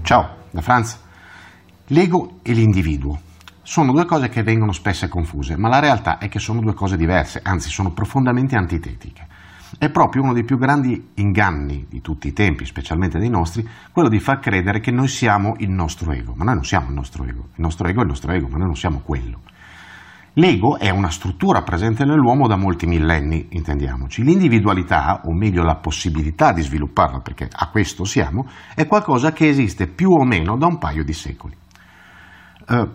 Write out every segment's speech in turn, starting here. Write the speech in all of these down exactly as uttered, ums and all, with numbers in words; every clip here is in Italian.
Ciao, da Franz. L'ego e l'individuo sono due cose che vengono spesso confuse, ma la realtà è che sono due cose diverse, anzi sono profondamente antitetiche. È proprio uno dei più grandi inganni di tutti i tempi, specialmente dei nostri, quello di far credere che noi siamo il nostro ego, ma noi non siamo il nostro ego. Il nostro ego è il nostro ego, ma noi non siamo quello. L'ego è una struttura presente nell'uomo da molti millenni, intendiamoci. L'individualità, o meglio la possibilità di svilupparla, perché a questo siamo, è qualcosa che esiste più o meno da un paio di secoli. Uh,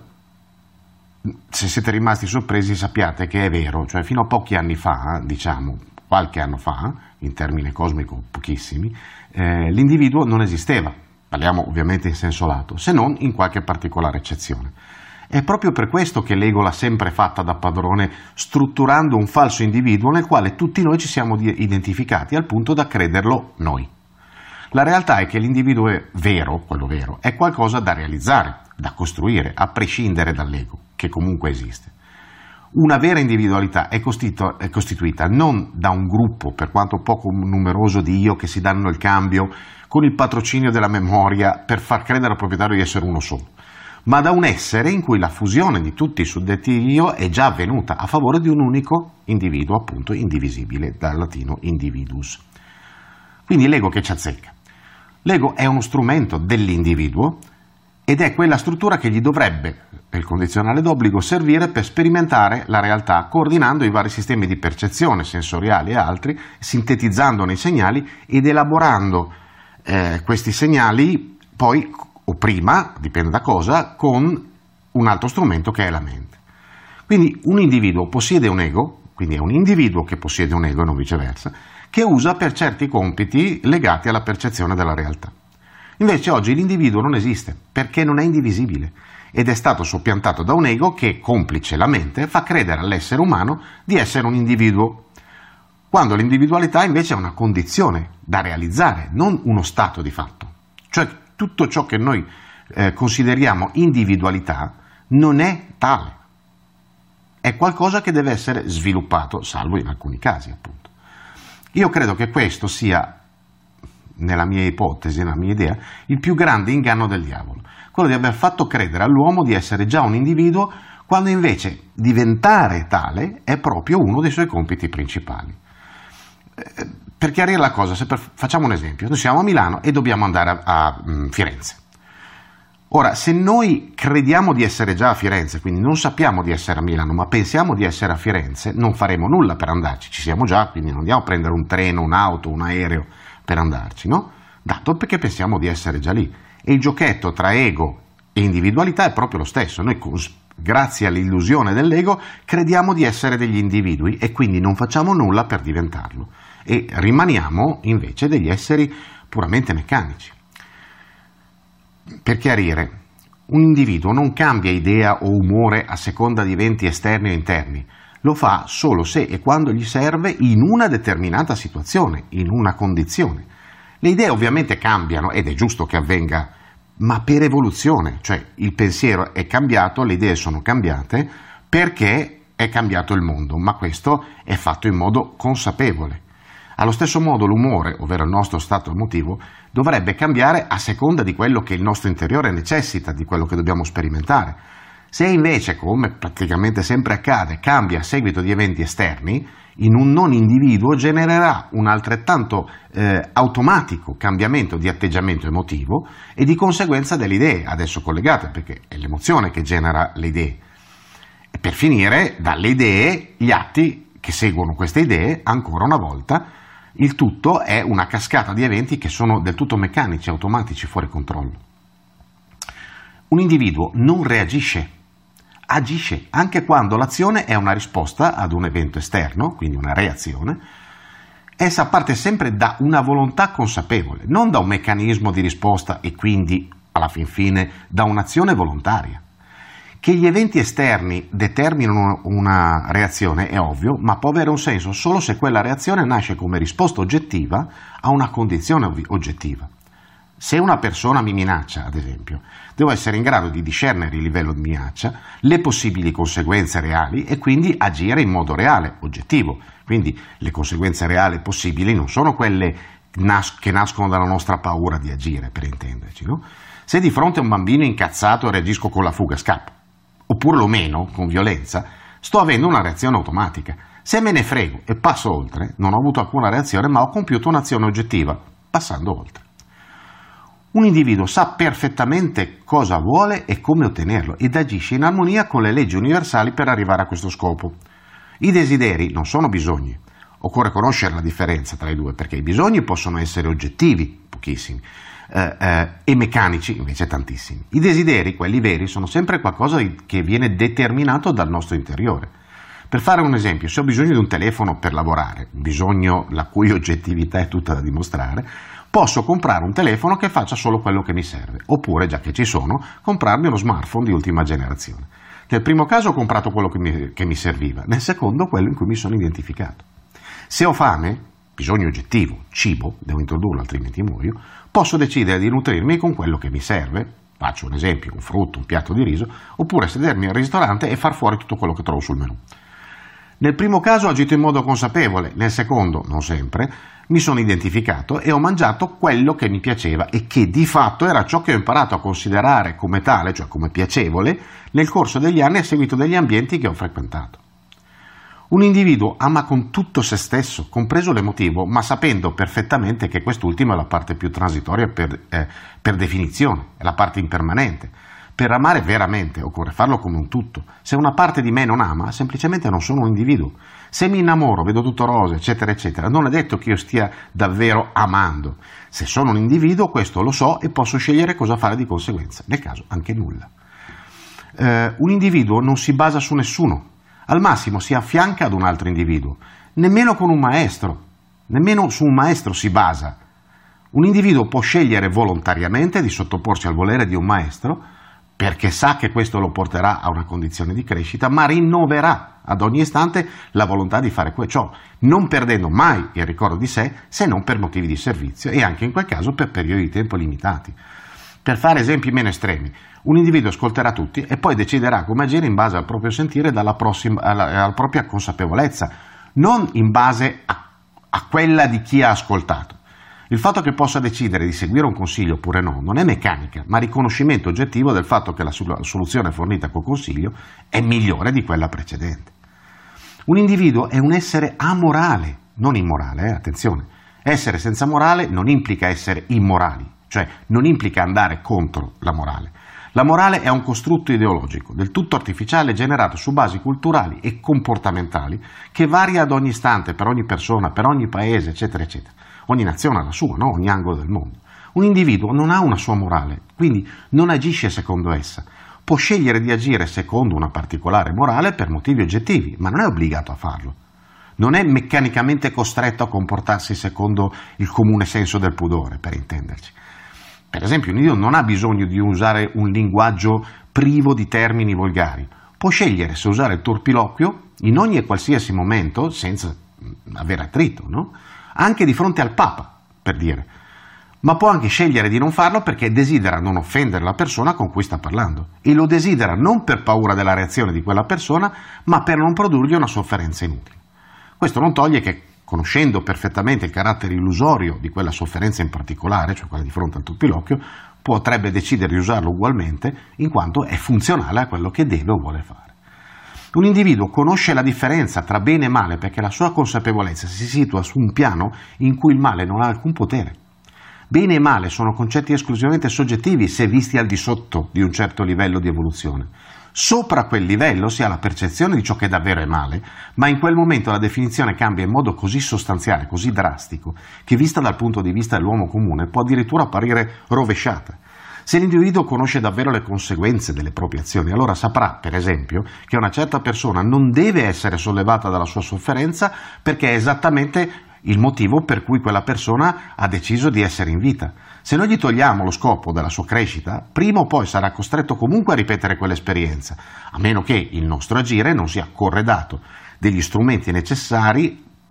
se siete rimasti sorpresi sappiate che è vero, cioè fino a pochi anni fa, diciamo qualche anno fa, in termine cosmico pochissimi, eh, l'individuo non esisteva, parliamo ovviamente in senso lato, se non in qualche particolare eccezione. È proprio per questo che l'ego l'ha sempre fatta da padrone, strutturando un falso individuo nel quale tutti noi ci siamo identificati al punto da crederlo noi. La realtà è che l'individuo è vero, quello vero, è qualcosa da realizzare, da costruire, a prescindere dall'ego, che comunque esiste. Una vera individualità è costituita, è costituita non da un gruppo, per quanto poco numeroso, di io che si danno il cambio con il patrocinio della memoria per far credere al proprietario di essere uno solo, ma da un essere in cui la fusione di tutti i suddetti io è già avvenuta a favore di un unico individuo, appunto indivisibile, dal latino individuus. Quindi l'ego che ci azzecca. L'ego è uno strumento dell'individuo ed è quella struttura che gli dovrebbe, per il condizionale d'obbligo, servire per sperimentare la realtà, coordinando i vari sistemi di percezione, sensoriali e altri, sintetizzandone i segnali ed elaborando eh, questi segnali poi o prima, dipende da cosa, con un altro strumento che è la mente. Quindi un individuo possiede un ego, quindi è un individuo che possiede un ego e non viceversa, che usa per certi compiti legati alla percezione della realtà. Invece oggi l'individuo non esiste, perché non è indivisibile, ed è stato soppiantato da un ego che, complice la mente, fa credere all'essere umano di essere un individuo, quando l'individualità invece è una condizione da realizzare, non uno stato di fatto. Cioè tutto ciò che noi eh, consideriamo individualità non è tale, è qualcosa che deve essere sviluppato, salvo in alcuni casi appunto. Io credo che questo sia, nella mia ipotesi, nella mia idea, il più grande inganno del diavolo, quello di aver fatto credere all'uomo di essere già un individuo, quando invece diventare tale è proprio uno dei suoi compiti principali. Per chiarire la cosa, se per, facciamo un esempio, noi siamo a Milano e dobbiamo andare a, a um, Firenze. Ora, se noi crediamo di essere già a Firenze, quindi non sappiamo di essere a Milano, ma pensiamo di essere a Firenze, non faremo nulla per andarci, ci siamo già, quindi non andiamo a prendere un treno, un'auto, un aereo per andarci, no? Dato perché pensiamo di essere già lì. E il giochetto tra ego e individualità è proprio lo stesso. Noi, grazie all'illusione dell'ego, crediamo di essere degli individui e quindi non facciamo nulla per diventarlo. E rimaniamo invece degli esseri puramente meccanici. Per chiarire, un individuo non cambia idea o umore a seconda di eventi esterni o interni, lo fa solo se e quando gli serve in una determinata situazione, in una condizione. Le idee ovviamente cambiano ed è giusto che avvenga, ma per evoluzione, cioè il pensiero è cambiato, le idee sono cambiate perché è cambiato il mondo, ma questo è fatto in modo consapevole. Allo stesso modo l'umore, ovvero il nostro stato emotivo, dovrebbe cambiare a seconda di quello che il nostro interiore necessita, di quello che dobbiamo sperimentare. Se invece, come praticamente sempre accade, cambia a seguito di eventi esterni, in un non individuo genererà un altrettanto eh, automatico cambiamento di atteggiamento emotivo e di conseguenza delle idee, adesso collegate, perché è l'emozione che genera le idee. E per finire, dalle idee, gli atti che seguono queste idee, ancora una volta, il tutto è una cascata di eventi che sono del tutto meccanici, automatici, fuori controllo. Un individuo non reagisce, agisce, anche quando l'azione è una risposta ad un evento esterno, quindi una reazione. Essa parte sempre da una volontà consapevole, non da un meccanismo di risposta e quindi, alla fin fine, da un'azione volontaria. Che gli eventi esterni determinano una reazione è ovvio, ma può avere un senso solo se quella reazione nasce come risposta oggettiva a una condizione oggettiva. Se una persona mi minaccia, ad esempio, devo essere in grado di discernere il livello di minaccia, le possibili conseguenze reali e quindi agire in modo reale, oggettivo. Quindi le conseguenze reali possibili non sono quelle nas- che nascono dalla nostra paura di agire, per intenderci, no? Se di fronte a un bambino incazzato reagisco con la fuga, scappo, oppure lo meno, con violenza, sto avendo una reazione automatica. Se me ne frego e passo oltre, non ho avuto alcuna reazione, ma ho compiuto un'azione oggettiva, passando oltre. Un individuo sa perfettamente cosa vuole e come ottenerlo ed agisce in armonia con le leggi universali per arrivare a questo scopo. I desideri non sono bisogni. Occorre conoscere la differenza tra i due, perché i bisogni possono essere oggettivi, pochissimi, eh, eh, e meccanici, invece tantissimi. I desideri, quelli veri, sono sempre qualcosa che viene determinato dal nostro interiore. Per fare un esempio, se ho bisogno di un telefono per lavorare, un bisogno la cui oggettività è tutta da dimostrare, posso comprare un telefono che faccia solo quello che mi serve, oppure, già che ci sono, comprarmi uno smartphone di ultima generazione. Nel primo caso ho comprato quello che mi, che mi serviva, nel secondo quello in cui mi sono identificato. Se ho fame, bisogno oggettivo, cibo, devo introdurlo altrimenti muoio, posso decidere di nutrirmi con quello che mi serve, faccio un esempio, un frutto, un piatto di riso, oppure sedermi al ristorante e far fuori tutto quello che trovo sul menù. Nel primo caso ho agito in modo consapevole, nel secondo, non sempre, mi sono identificato e ho mangiato quello che mi piaceva e che di fatto era ciò che ho imparato a considerare come tale, cioè come piacevole, nel corso degli anni a seguito degli ambienti che ho frequentato. Un individuo ama con tutto se stesso, compreso l'emotivo, ma sapendo perfettamente che quest'ultima è la parte più transitoria per, eh, per definizione, è la parte impermanente. Per amare veramente occorre farlo come un tutto. Se una parte di me non ama, semplicemente non sono un individuo. Se mi innamoro, vedo tutto rose, eccetera, eccetera, non è detto che io stia davvero amando. Se sono un individuo, questo lo so e posso scegliere cosa fare di conseguenza, nel caso anche nulla. Eh, un individuo non si basa su nessuno, al massimo si affianca ad un altro individuo, nemmeno con un maestro, nemmeno su un maestro si basa. Un individuo può scegliere volontariamente di sottoporsi al volere di un maestro, perché sa che questo lo porterà a una condizione di crescita, ma rinnoverà ad ogni istante la volontà di fare ciò, non perdendo mai il ricordo di sé, se non per motivi di servizio e anche in quel caso per periodi di tempo limitati. Per fare esempi meno estremi, un individuo ascolterà tutti e poi deciderà come agire in base al proprio sentire e alla, alla, alla propria consapevolezza, non in base a, a quella di chi ha ascoltato. Il fatto che possa decidere di seguire un consiglio oppure no non è meccanica, ma riconoscimento oggettivo del fatto che la soluzione fornita col consiglio è migliore di quella precedente. Un individuo è un essere amorale, non immorale, eh, attenzione. Essere senza morale non implica essere immorali, cioè non implica andare contro la morale. La morale è un costrutto ideologico, del tutto artificiale, generato su basi culturali e comportamentali, che varia ad ogni istante, per ogni persona, per ogni paese, eccetera, eccetera. Ogni nazione ha la sua, no? Ogni angolo del mondo. Un individuo non ha una sua morale, quindi non agisce secondo essa. Può scegliere di agire secondo una particolare morale per motivi oggettivi, ma non è obbligato a farlo. Non è meccanicamente costretto a comportarsi secondo il comune senso del pudore, per intenderci. Per esempio, un individuo non ha bisogno di usare un linguaggio privo di termini volgari. Può scegliere se usare il turpiloquio in ogni e qualsiasi momento senza avere attrito, no? Anche di fronte al Papa, per dire. Ma può anche scegliere di non farlo perché desidera non offendere la persona con cui sta parlando. E lo desidera non per paura della reazione di quella persona, ma per non produrgli una sofferenza inutile. Questo non toglie che, conoscendo perfettamente il carattere illusorio di quella sofferenza in particolare, cioè quella di fronte al turpiloquio, potrebbe decidere di usarlo ugualmente, in quanto è funzionale a quello che deve o vuole fare. Un individuo conosce la differenza tra bene e male perché la sua consapevolezza si situa su un piano in cui il male non ha alcun potere. Bene e male sono concetti esclusivamente soggettivi se visti al di sotto di un certo livello di evoluzione. Sopra quel livello si ha la percezione di ciò che davvero è male, ma in quel momento la definizione cambia in modo così sostanziale, così drastico, che vista dal punto di vista dell'uomo comune può addirittura apparire rovesciata. Se l'individuo conosce davvero le conseguenze delle proprie azioni, allora saprà, per esempio, che una certa persona non deve essere sollevata dalla sua sofferenza perché è esattamente il motivo per cui quella persona ha deciso di essere in vita. Se noi gli togliamo lo scopo della sua crescita, prima o poi sarà costretto comunque a ripetere quell'esperienza, a meno che il nostro agire non sia corredato degli strumenti necessari per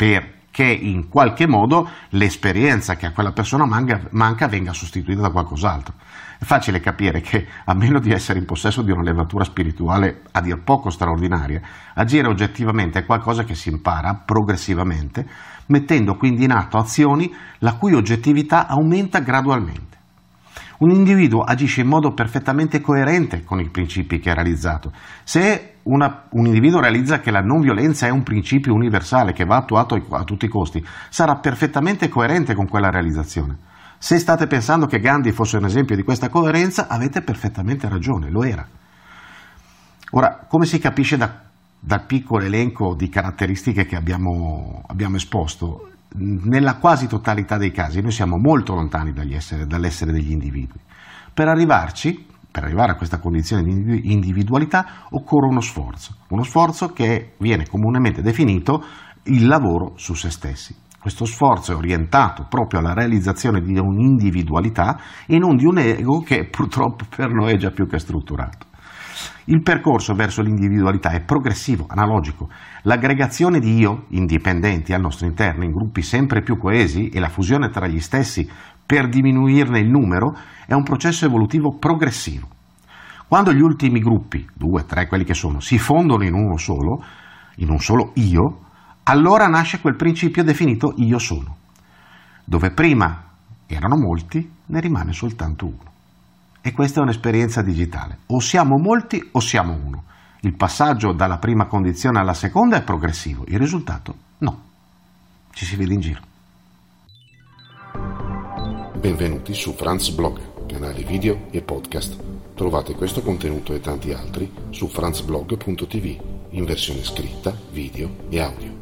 che in qualche modo l'esperienza che a quella persona manca, manca venga sostituita da qualcos'altro. È facile capire che, a meno di essere in possesso di una levatura spirituale a dir poco straordinaria, agire oggettivamente è qualcosa che si impara progressivamente, mettendo quindi in atto azioni la cui oggettività aumenta gradualmente. Un individuo agisce in modo perfettamente coerente con i principi che ha realizzato. Se una, un individuo realizza che la non violenza è un principio universale che va attuato a tutti i costi, sarà perfettamente coerente con quella realizzazione. Se state pensando che Gandhi fosse un esempio di questa coerenza, avete perfettamente ragione, lo era. Ora, come si capisce da, dal piccolo elenco di caratteristiche che abbiamo, abbiamo esposto, nella quasi totalità dei casi noi siamo molto lontani dagli essere, dall'essere degli individui. Per arrivarci, per arrivare a questa condizione di individualità, occorre uno sforzo, uno sforzo che viene comunemente definito il lavoro su se stessi. Questo sforzo è orientato proprio alla realizzazione di un'individualità e non di un ego che purtroppo per noi è già più che strutturato. Il percorso verso l'individualità è progressivo, analogico. L'aggregazione di io, indipendenti al nostro interno, in gruppi sempre più coesi e la fusione tra gli stessi per diminuirne il numero è un processo evolutivo progressivo. Quando gli ultimi gruppi, due, tre, quelli che sono, si fondono in uno solo, in un solo io, allora nasce quel principio definito io sono, dove prima erano molti, ne rimane soltanto uno. E questa è un'esperienza digitale. O siamo molti o siamo uno. Il passaggio dalla prima condizione alla seconda è progressivo, il risultato no. Ci si vede in giro. Benvenuti su Franz Blog, canale video e podcast. Trovate questo contenuto e tanti altri su franzblog punto tv in versione scritta, video e audio.